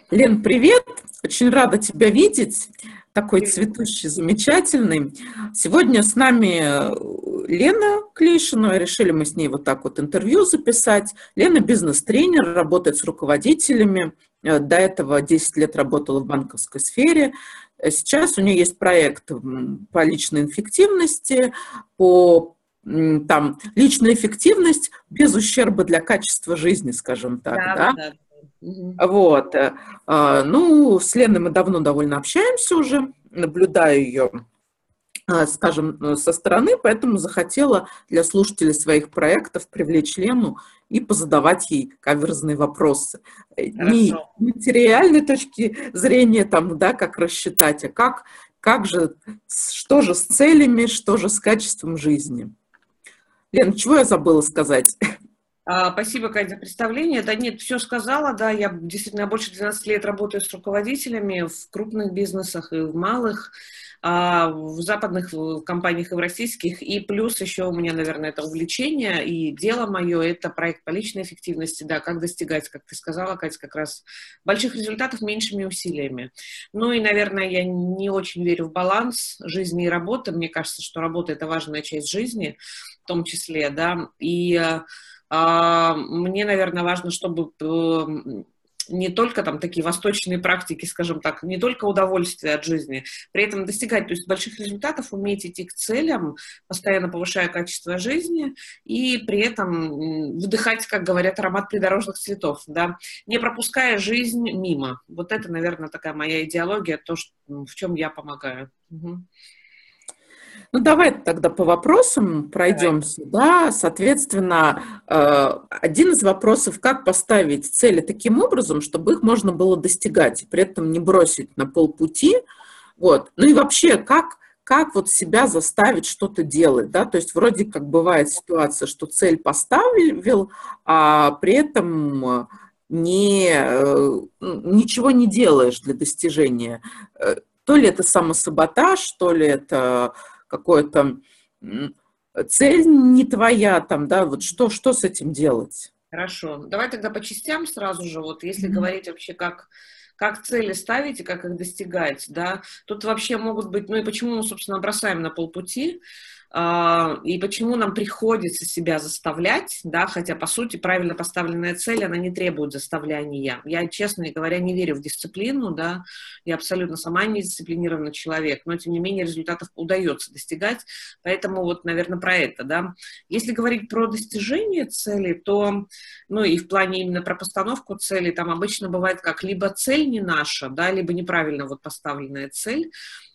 Лен, привет! Очень рада тебя видеть. Такой Привет. цветущий, замечательный. Сегодня с нами Лена Клишина. Решили мы с ней вот так вот интервью записать. Лена бизнес-тренер, работает с руководителями. До этого 10 лет работала в банковской сфере. Сейчас у нее есть проект по личной эффективности, там личная эффективность без ущерба для качества жизни, скажем так, Да, да, да. да. Мгм. Вот. Ну, с Леной мы давно довольно общаемся уже, наблюдаю ее, скажем, со стороны, поэтому захотела для слушателей своих проектов привлечь Лену и позадавать ей каверзные вопросы. Хорошо. Не материальной точки зрения, там, да, как рассчитать, а как же, что же с целями, что же с качеством жизни. Лена, чего я забыла сказать? Спасибо, Катя, за представление. Да нет, все сказала, да, я действительно больше 12 лет работаю с руководителями в крупных бизнесах и в малых, в западных компаниях и в российских. И плюс еще у меня, наверное, это увлечение и дело мое, это проект по личной эффективности, да, как достигать, как ты сказала, Катя, как раз больших результатов меньшими усилиями. Ну и, наверное, я не очень верю в баланс жизни и работы. Мне кажется, что работа – это важная часть жизни, в том числе, да, мне, наверное, важно, чтобы не только там такие восточные практики, скажем так, не только удовольствие от жизни, при этом достигать, то есть больших результатов, уметь идти к целям, постоянно повышая качество жизни и при этом вдыхать, как говорят, аромат придорожных цветов, да, не пропуская жизнь мимо. Вот это, наверное, такая моя идеология, то, в чем я помогаю. Угу. Ну, давай тогда по вопросам Давай. пройдемся. Да, соответственно, один из вопросов, как поставить цели таким образом, чтобы их можно было достигать, и при этом не бросить на полпути. Вот. Ну и вообще, как вот себя заставить что-то делать, да, то есть вроде как бывает ситуация, что цель поставил, а при этом ничего не делаешь для достижения. То ли это самосаботаж, то ли это какое-то цель не твоя, там, да, вот что с этим делать? Хорошо. Давай тогда по частям сразу же. Вот если Мгм. говорить вообще, как цели ставить и как их достигать, да, тут вообще могут быть, ну и почему мы, собственно, бросаем на полпути, и почему нам приходится себя заставлять, да, хотя, по сути, правильно поставленная цель, она не требует заставляния. Я, честно говоря, не верю в дисциплину, да, я абсолютно сама не дисциплинированный человек, но, тем не менее, результатов удается достигать, поэтому вот, наверное, про это, да. Если говорить про достижение цели, то, ну и в плане именно про постановку цели, там обычно бывает как, либо цель не наша, да, либо неправильно вот поставленная цель,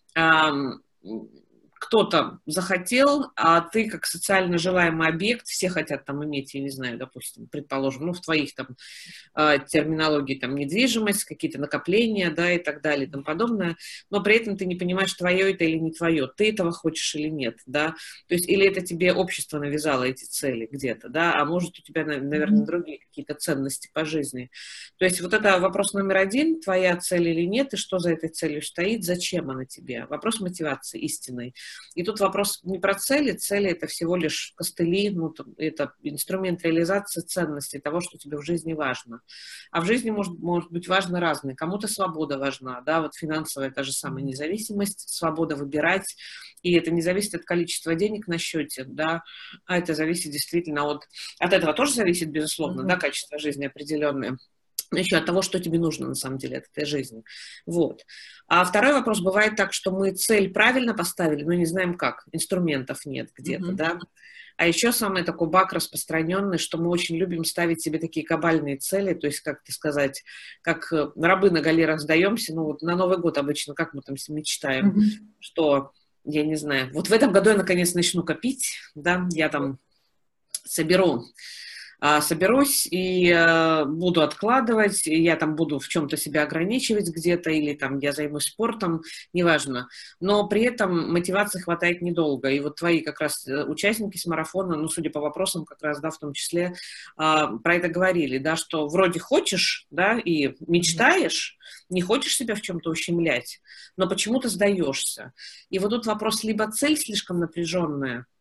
кто-то захотел, а ты как социально желаемый объект, все хотят там иметь, я не знаю, допустим, предположим, ну, в твоих там терминологии, там, недвижимость, какие-то накопления, да, и так далее, и тому подобное, но при этом ты не понимаешь, твое это или не твое, ты этого хочешь или нет, да, то есть или это тебе общество навязало эти цели где-то, да, а может у тебя, наверное, Мгм. другие какие-то ценности по жизни. То есть вот это вопрос номер один, твоя цель или нет, и что за этой целью стоит, зачем она тебе, вопрос мотивации истинной. И тут вопрос не про цели это всего лишь костыли, ну, это инструмент реализации ценностей, того, что тебе в жизни важно. А в жизни может быть важно разное. Кому-то свобода важна, да, вот финансовая та же самая независимость, свобода выбирать, и это не зависит от количества денег на счете, да, а это зависит действительно от этого тоже зависит, безусловно, да, Мгм. качество жизни определенное, но еще от того, что тебе нужно на самом деле от этой жизни. Вот. А второй вопрос бывает так, что мы цель правильно поставили, но не знаем как, инструментов нет где-то, Мгм. да. А еще самый такой баг распространенный, что мы очень любим ставить себе такие кабальные цели, то есть, как сказать, как рабы на галерах сдаемся, ну вот на Новый год обычно, как мы там мечтаем, Мгм. что, я не знаю, вот в этом году я наконец начну копить, да, я там соберу соберусь и буду откладывать, и я там буду в чем-то себя ограничивать где-то, или там я займусь спортом, неважно. Но при этом мотивации хватает недолго. И вот твои как раз участники с марафона, ну, судя по вопросам, как раз, да, в том числе, про это говорили, да, что вроде хочешь, да, и Мгм. мечтаешь, не хочешь себя в чем-то ущемлять, но почему-то сдаешься. И вот тут вопрос, либо цель слишком напряженная,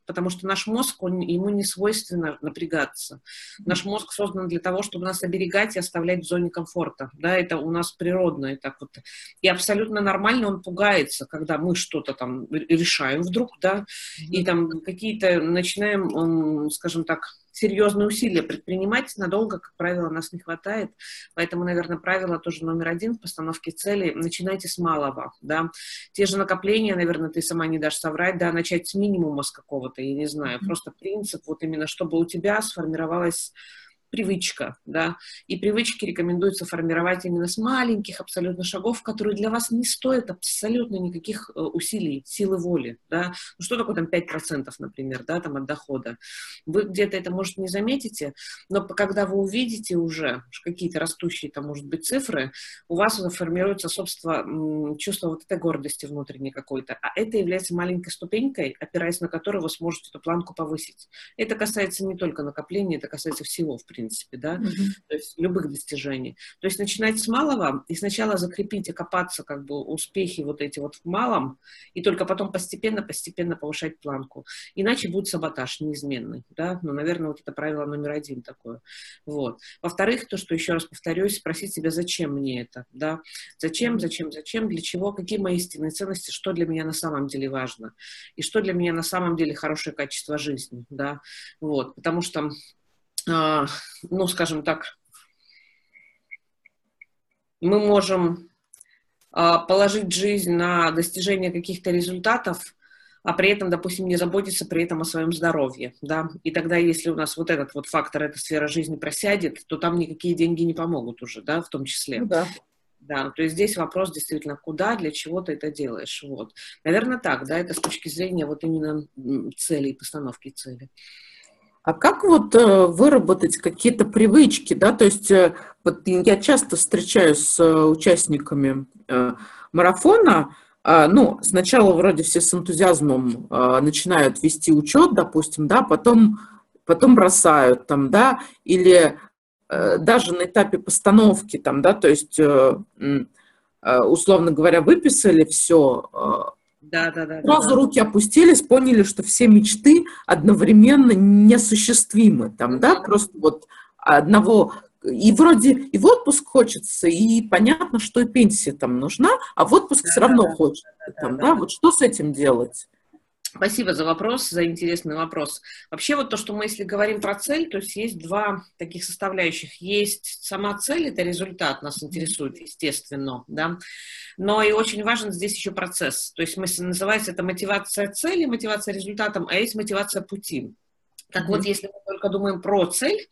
потому что наш мозг, ему не свойственно напрягаться. Наш мозг создан для того, чтобы нас оберегать и оставлять в зоне комфорта. Да, это у нас природно. И, так вот. И абсолютно нормально он пугается, когда мы что-то там решаем вдруг, да, и там какие-то начинаем, скажем так, серьезные усилия предпринимать, надолго, как правило, нас не хватает. Поэтому, наверное, правило тоже номер один в постановке целей: начинайте с малого, да. Те же накопления, наверное, ты сама не дашь соврать, да, начать с минимума с какого-то, я не знаю, просто принцип, вот именно чтобы у тебя сформировалась привычка, да, и привычки рекомендуется формировать именно с маленьких абсолютно шагов, которые для вас не стоят абсолютно никаких усилий, силы воли, да. Ну, что такое там 5%, например, да, там от дохода? Вы где-то это, может, не заметите, но когда вы увидите уже какие-то растущие там, может быть, цифры, у вас формируется, собственно, чувство вот этой гордости внутренней какой-то, а это является маленькой ступенькой, опираясь на которую вы сможете эту планку повысить. Это касается не только накопления, это касается всего, в принципе, да, то есть любых достижений. То есть начинать с малого и сначала закрепить, окопаться как бы успехи вот эти вот в малом, и только потом постепенно повышать планку. Иначе будет саботаж неизменный, да, но, наверное, вот это правило номер один такое. Вот. Во-вторых, то, что, еще раз повторюсь, спросить себя, зачем мне это, да, зачем, для чего, какие мои истинные ценности, что для меня на самом деле важно, и что для меня на самом деле хорошее качество жизни, да, вот, потому что ну, скажем так, мы можем положить жизнь на достижение каких-то результатов, а при этом, допустим, не заботиться при этом о своем здоровье, да, и тогда, если у нас вот этот вот фактор, эта сфера жизни просядет, то там никакие деньги не помогут уже, да, в том числе. Ну да. Да, то есть здесь вопрос действительно, куда, для чего ты это делаешь, вот. Наверное, так, да, это с точки зрения вот именно цели, постановки цели. А как вот выработать какие-то привычки, да, то есть вот я часто встречаюсь с участниками марафона, ну, сначала вроде все с энтузиазмом начинают вести учет, допустим, да, потом бросают там, да, или даже на этапе постановки там, да, то есть, условно говоря, выписали все, сразу руки опустились, поняли, что все мечты одновременно несуществимы. Там, да, просто вот одного... И вроде и в отпуск хочется, и понятно, что и пенсия там нужна, а в отпуск все равно хочется. Там, да, вот что с этим делать? Спасибо за вопрос, за интересный вопрос. Вообще вот то, что мы, если говорим про цель, то есть два таких составляющих. Есть сама цель, это результат, нас интересует, естественно, да, но и очень важен здесь еще процесс. То есть называется это мотивация цели, мотивация результатом, а есть мотивация пути. Так вот, если мы только думаем про цель,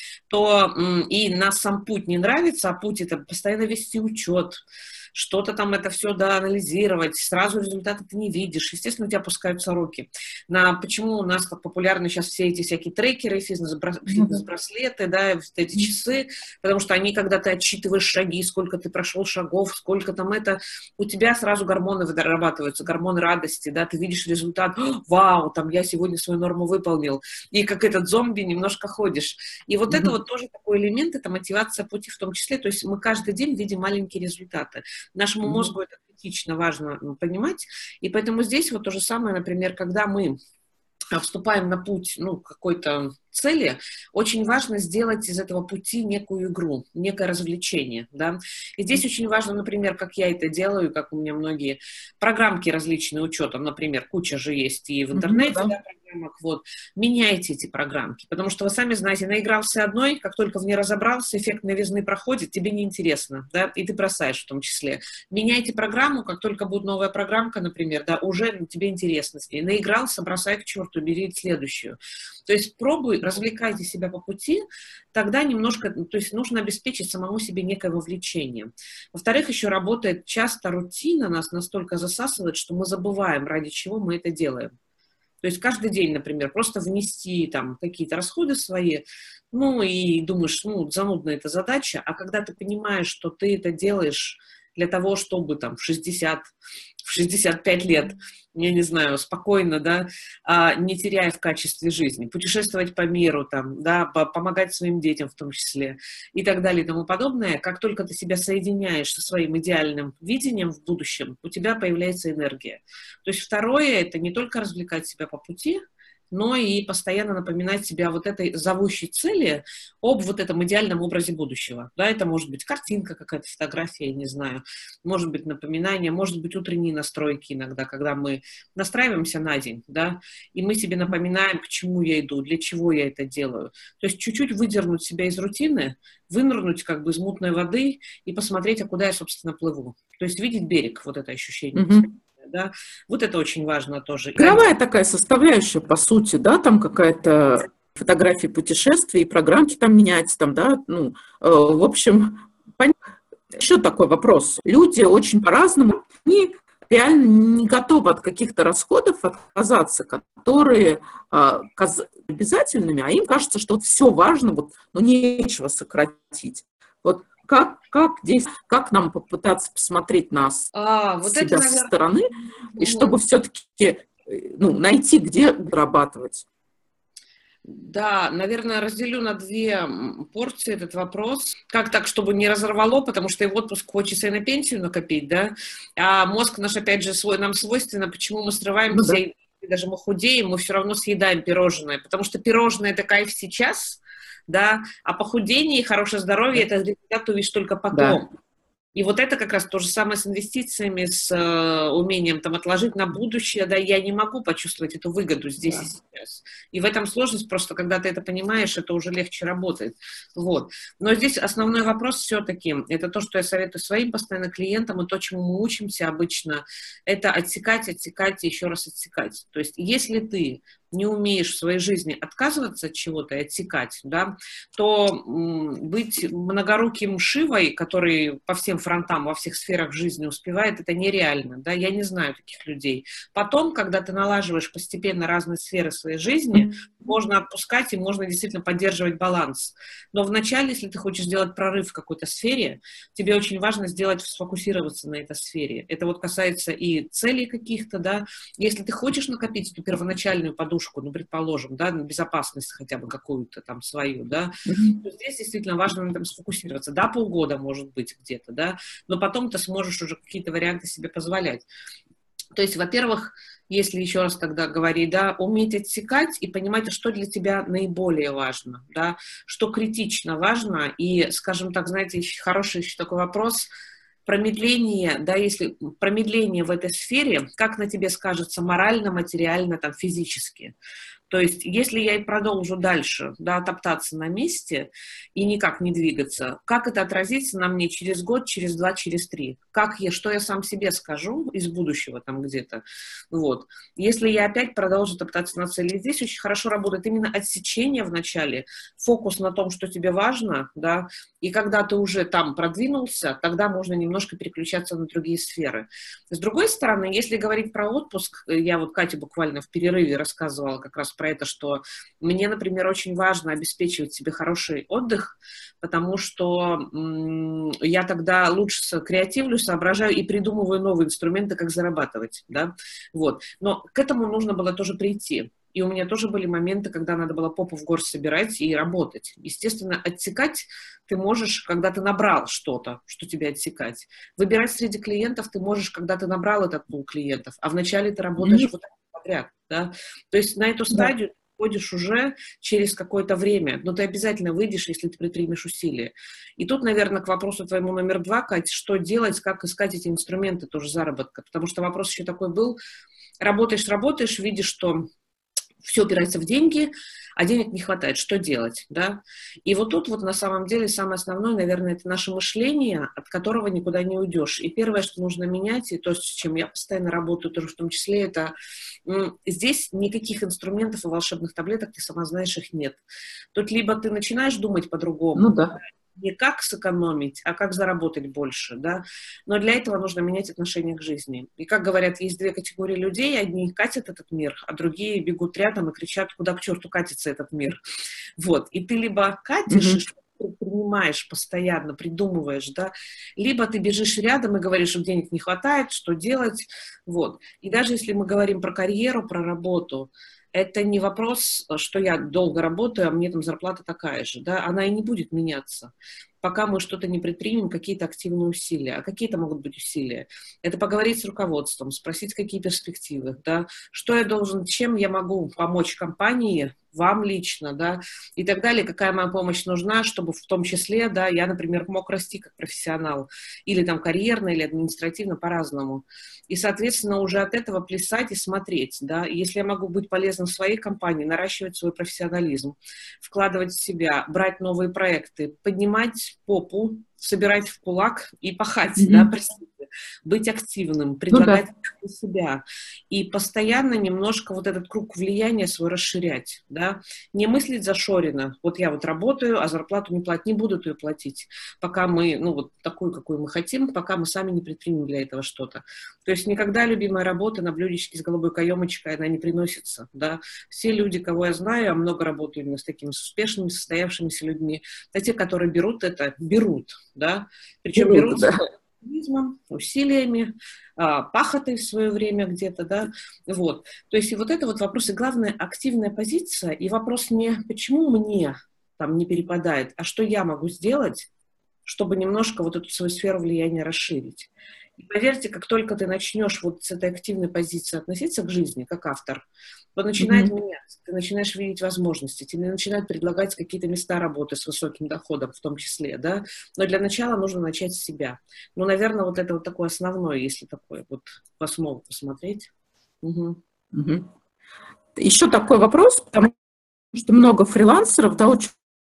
то и нас сам путь не нравится, а путь — это постоянно вести учет, что-то там это все доанализировать, сразу результаты ты не видишь, естественно, у тебя опускаются руки. Почему у нас так популярны сейчас все эти всякие трекеры, фитнес-браслеты, да, эти часы, потому что они, когда ты отсчитываешь шаги, сколько ты прошел шагов, сколько там это, у тебя сразу гормоны вырабатываются, гормоны радости, да, ты видишь результат, вау, там я сегодня свою норму выполнил, и как этот зомби немножко ходишь. И вот это вот тоже такой элемент, это мотивация пути в том числе, то есть мы каждый день видим маленькие результаты. Нашему мозгу это критично важно понимать, и поэтому здесь вот то же самое, например, когда мы вступаем на путь, ну, какой-то цели, очень важно сделать из этого пути некую игру, некое развлечение, да. И здесь очень важно, например, как я это делаю, как у меня многие программки различные учетом, например, куча же есть и в интернете, да, программок, вот, меняйте эти программки, потому что вы сами знаете, наигрался одной, как только в ней разобрался, эффект новизны проходит, тебе неинтересно, да, и ты бросаешь в том числе. Меняйте программу, как только будет новая программка, например, да, уже тебе интересно с ней. Наигрался, бросай к черту, бери следующую. То есть пробуй, развлекайте себя по пути, тогда немножко, то есть нужно обеспечить самому себе некое вовлечение. Во-вторых, еще работает часто рутина, нас настолько засасывает, что мы забываем, ради чего мы это делаем. То есть каждый день, например, просто внести там какие-то расходы свои, ну и думаешь, ну, занудная эта задача, а когда ты понимаешь, что ты это делаешь для того, чтобы там в 65 лет, я не знаю, спокойно, да, не теряя в качестве жизни, путешествовать по миру, там, да, помогать своим детям в том числе и так далее и тому подобное, как только ты себя соединяешь со своим идеальным видением в будущем, у тебя появляется энергия. То есть второе — это не только развлекать себя по пути, но и постоянно напоминать себе о вот этой зовущей цели, об вот этом идеальном образе будущего. Да, это может быть картинка, какая-то фотография, я не знаю, может быть напоминание, может быть утренние настройки иногда, когда мы настраиваемся на день, да, и мы себе напоминаем, к чему я иду, для чего я это делаю. То есть чуть-чуть выдернуть себя из рутины, вынырнуть как бы из мутной воды и посмотреть, а куда я, собственно, плыву. То есть видеть берег, вот это ощущение. Да? Вот это очень важно тоже. Игровая такая составляющая, по сути, да, там какая-то фотография путешествий, программки там менять, там, да, ну, в общем, еще такой вопрос. Люди очень по-разному, они реально не готовы от каких-то расходов отказаться, которые обязательными, а им кажется, что вот все важно, вот, но нечего сократить. Вот как действовать, как нам попытаться посмотреть на себя вот это, со стороны, и чтобы все-таки найти, где зарабатывать? Да, наверное, разделю на две порции этот вопрос. Как так, чтобы не разорвало, потому что и в отпуск хочется и на пенсию накопить, да? А мозг наш, опять же, нам свойственно, почему мы срываемся, и даже мы худеем, мы все равно съедаем пирожное, потому что пирожное – это кайф сейчас, да, а похудение и хорошее здоровье – это результат увидишь только потом. Да. И вот это как раз то же самое с инвестициями, с умением там отложить на будущее, да, я не могу почувствовать эту выгоду здесь и сейчас. И в этом сложность, просто когда ты это понимаешь, это уже легче работает. Вот. Но здесь основной вопрос все-таки, это то, что я советую своим постоянно клиентам, и то, чему мы учимся обычно, это отсекать и еще раз отсекать. То есть если ты не умеешь в своей жизни отказываться от чего-то и отсекать, да, то быть многоруким Шивой, который по всем фронтам, во всех сферах жизни успевает, это нереально. Да? Я не знаю таких людей. Потом, когда ты налаживаешь постепенно разные сферы своей жизни, можно отпускать и можно действительно поддерживать баланс. Но вначале, если ты хочешь сделать прорыв в какой-то сфере, тебе очень важно сфокусироваться на этой сфере. Это вот касается и целей каких-то, да. Если ты хочешь накопить эту первоначальную подушку, ну, предположим, да, на безопасность хотя бы какую-то там свою, да, то здесь действительно важно на этом сфокусироваться. Да, полгода, может быть, где-то, да, но потом ты сможешь уже какие-то варианты себе позволять. То есть, во-первых, если еще раз тогда говорить, да, уметь отсекать и понимать, что для тебя наиболее важно, да, что критично важно, и, скажем так, знаете, хороший еще такой вопрос – промедление, да, если промедление в этой сфере, как на тебе скажется морально, материально, там, физически. То есть, если я и продолжу дальше, да, топтаться на месте и никак не двигаться, как это отразится на мне через год, через 2, через 3? Что я сам себе скажу из будущего там где-то? Вот. Если я опять продолжу топтаться на цели, здесь очень хорошо работает именно отсечение в начале, фокус на том, что тебе важно, да, и когда ты уже там продвинулся, тогда можно немножко переключаться на другие сферы. С другой стороны, если говорить про отпуск, я вот Кате буквально в перерыве рассказывала как раз про это, что мне, например, очень важно обеспечивать себе хороший отдых, потому что я тогда лучше креативлю, соображаю и придумываю новые инструменты, как зарабатывать, да, вот. Но к этому нужно было тоже прийти. И у меня тоже были моменты, когда надо было попу в горсть собирать и работать. Естественно, отсекать ты можешь, когда ты набрал что-то, что тебе отсекать. Выбирать среди клиентов ты можешь, когда ты набрал этот пул клиентов, а вначале ты работаешь вот так подряд. Да? То есть на эту стадию ты выходишь уже через какое-то время, но ты обязательно выйдешь, если ты предпримешь усилия. И тут, наверное, к вопросу твоему номер 2, Кать, что делать, как искать эти инструменты тоже заработка. Потому что вопрос еще такой был, работаешь, видишь, что все упирается в деньги, а денег не хватает. Что делать, да? И вот тут вот на самом деле самое основное, наверное, это наше мышление, от которого никуда не уйдешь. И первое, что нужно менять, и то, с чем я постоянно работаю, тоже в том числе, это здесь никаких инструментов и волшебных таблеток, ты сама знаешь, их нет. Тут либо ты начинаешь думать по-другому, не как сэкономить, а как заработать больше, да. Но для этого нужно менять отношение к жизни. И, как говорят, есть две категории людей. Одни катят этот мир, а другие бегут рядом и кричат, куда к черту катится этот мир. Вот. И ты либо катишь, принимаешь постоянно, придумываешь, да, либо ты бежишь рядом и говоришь, что денег не хватает, что делать. Вот. И даже если мы говорим про карьеру, про работу, это не вопрос, что я долго работаю, а мне там зарплата такая же, да, она и не будет меняться. пока мы что-то не предпримем, какие-то активные усилия. А какие-то могут быть усилия? Это поговорить с руководством, спросить, какие перспективы, да, что я должен, чем я могу помочь компании, вам лично, да, и так далее, какая моя помощь нужна, чтобы в том числе, да, я, например, мог расти как профессионал, или там карьерно, или административно, по-разному. И, соответственно, уже от этого плясать и смотреть, да, и если я могу быть полезным в своей компании, наращивать свой профессионализм, вкладывать в себя, брать новые проекты, поднимать попу, собирать в кулак и пахать, да, простите, быть активным, Ну да. предлагать себя и постоянно немножко вот этот круг влияния свой расширять, да, не мыслить зашоренно, вот я вот работаю, а зарплату не платить, не будут ее платить, пока мы, ну вот такую, какую мы хотим, пока мы сами не предпримем для этого что-то. То есть никогда любимая работа на блюдечке с голубой каемочкой, она не приносится, да. Все люди, кого я знаю, я много работаю именно с такими успешными, состоявшимися людьми, это те, которые берут это, берут, да, причем берут Да. усилиями, пахотой в свое время где-то, да, вот. То есть и вот это вот вопрос, и главное, активная позиция, и вопрос не почему мне там не перепадает, а что я могу сделать, чтобы немножко вот эту свою сферу влияния расширить. И поверьте, как только ты начнешь вот с этой активной позиции относиться к жизни, как автор, то начинает меняться, ты начинаешь видеть возможности, тебе начинают предлагать какие-то места работы с высоким доходом в том числе, да, но для начала нужно начать с себя. Ну, наверное, вот это вот такое основное, если такое вот в основу посмотреть. Угу. Еще такой вопрос, потому что много фрилансеров, да,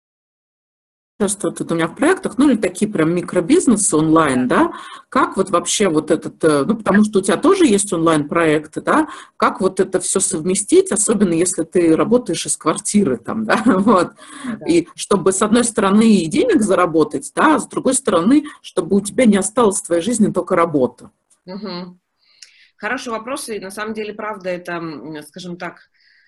участвуют у меня в проектах, ну или такие прям микробизнесы онлайн, да, как вот вообще вот этот, ну потому что у тебя тоже есть онлайн-проекты, да, как вот это все совместить, особенно если ты работаешь из квартиры там, да, вот, и чтобы с одной стороны и денег заработать, да, а с другой стороны, чтобы у тебя не осталось в твоей жизни только работа. Угу. Хороший вопрос, и на самом деле, правда, это, скажем так,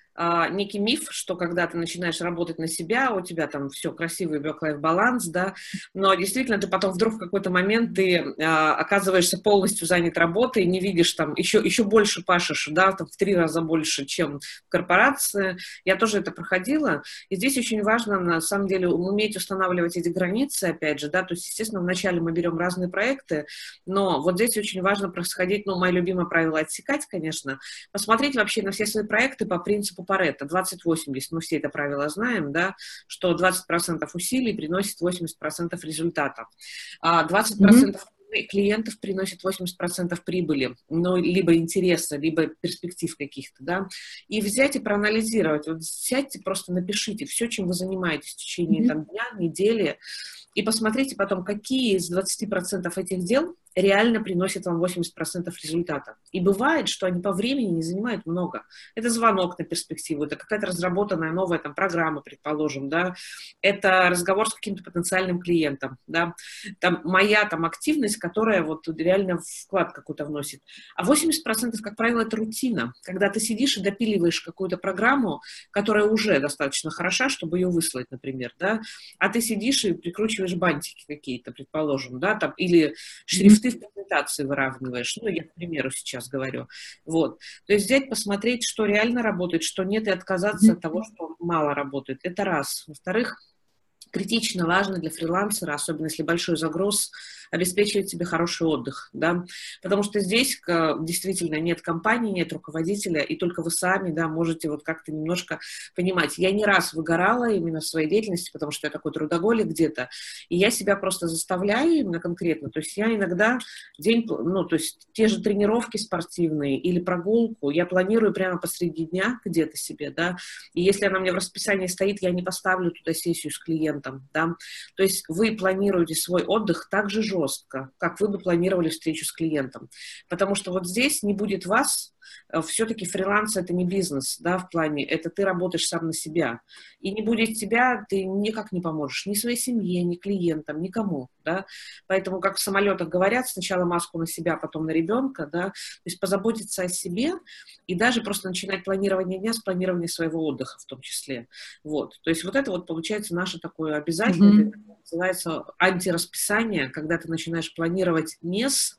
некий миф, что когда ты начинаешь работать на себя, у тебя там все красивый work-life баланс, да, но действительно ты потом вдруг в какой-то момент ты оказываешься полностью занят работой, не видишь там, еще больше пашешь, да, там в 3 раза больше, чем в корпорации. Я тоже это проходила, и здесь очень важно, на самом деле, уметь устанавливать эти границы, опять же, да, то есть, естественно, вначале мы берем разные проекты, но вот здесь очень важно происходить, ну, мое любимое правило отсекать, конечно, посмотреть вообще на все свои проекты по принципу Паретто, 20-80, мы все это правило знаем, да, что 20% усилий приносит 80% результата, а 20% клиентов приносит 80% прибыли, ну, либо интереса, либо перспектив каких-то, да, и взять и проанализировать, вот сядьте, просто напишите все, чем вы занимаетесь в течение там, дня, недели, и посмотрите потом, какие из 20% этих дел реально приносят вам 80% результата. И бывает, что они по времени не занимают много. Это звонок на перспективу, это какая-то разработанная новая там, программа, предположим, да, это разговор с каким-то потенциальным клиентом, да, там моя там активность, которая вот реально вклад какой-то вносит. А 80%, как правило, это рутина, когда ты сидишь и допиливаешь какую-то программу, которая уже достаточно хороша, чтобы ее выслать, например, да, а ты сидишь и прикручиваешь бантики какие-то, предположим, да, там, или шрифты в презентации выравниваешь, ну, я, к примеру, сейчас говорю, вот, то есть взять, посмотреть, что реально работает, что нет, и отказаться от того, что мало работает, это раз. Во-вторых, критично важно для фрилансера, особенно если большой загруз, обеспечивать себе хороший отдых, да, потому что здесь действительно нет компании, нет руководителя, и только вы сами, да, можете вот как-то немножко понимать. Я не раз выгорала именно в своей деятельности, потому что я такой трудоголик где-то, и я себя просто заставляю именно конкретно, то есть я иногда день, ну, то есть те же тренировки спортивные или прогулку я планирую прямо посреди дня где-то себе, да, и если она у меня в расписании стоит, я не поставлю туда сессию с клиентом, да, то есть вы планируете свой отдых так же жестко, как вы бы планировали встречу с клиентом. Потому что вот здесь не будет вас, все-таки фриланс – это не бизнес, да, в плане, это ты работаешь сам на себя. И не будет тебя, ты никак не поможешь ни своей семье, ни клиентам, никому, да. Поэтому, как в самолетах говорят, сначала маску на себя, потом на ребенка, да, то есть позаботиться о себе и даже просто начинать планирование дня с планирования своего отдыха в том числе. Вот. То есть вот это вот получается наше такое обязательное, называется антирасписание, когда ты начинаешь планировать не с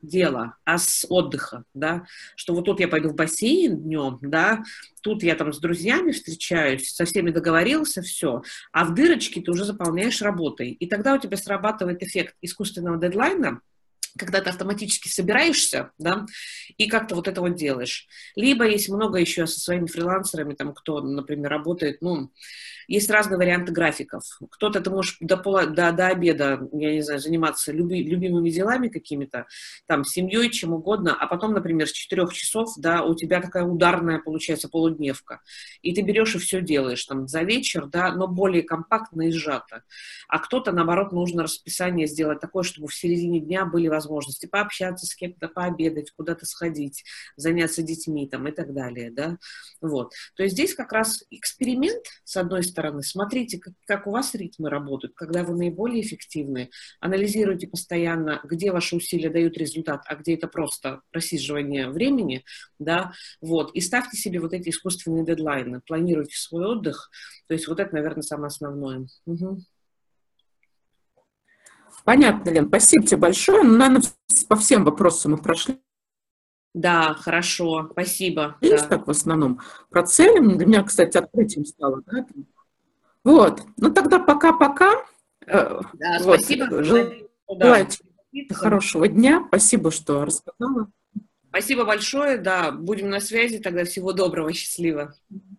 дела, а с отдыха, да, что вот тут я пойду в бассейн днем, да, тут я там с друзьями встречаюсь, со всеми договорился, все, а в дырочке ты уже заполняешь работой. И тогда у тебя срабатывает эффект искусственного дедлайна, когда ты автоматически собираешься, да, и как-то вот это вот делаешь. Либо есть много еще со своими фрилансерами, там, кто, например, работает, ну, есть разные варианты графиков. Кто-то ты можешь до обеда, я не знаю, заниматься любимыми делами какими-то, там, семьей, чем угодно, а потом, например, с 4 часов, да, у тебя такая ударная, получается, полудневка. И ты берешь и все делаешь, там, за вечер, да, но более компактно и сжато. А кто-то, наоборот, нужно расписание сделать такое, чтобы в середине дня были возможности пообщаться с кем-то, пообедать, куда-то сходить, заняться детьми, там, и так далее, да. Вот. То есть здесь как раз эксперимент, с одной стороны, смотрите, как у вас ритмы работают, когда вы наиболее эффективны, анализируйте постоянно, где ваши усилия дают результат, а где это просто просиживание времени, да, вот, и ставьте себе вот эти искусственные дедлайны, планируйте свой отдых, то есть вот это, наверное, самое основное. Угу. Понятно, Лен, спасибо тебе большое. Ну, наверное, по всем вопросам мы прошли. Да, хорошо, спасибо. Есть Да. так в основном. Про цели для меня, кстати, открытием стало. Да? Вот. Ну, тогда пока-пока. Да, Вот. спасибо. Желаю тебе хорошего дня. Спасибо, что рассказала. Спасибо большое. Да, будем на связи. Тогда всего доброго, счастливо.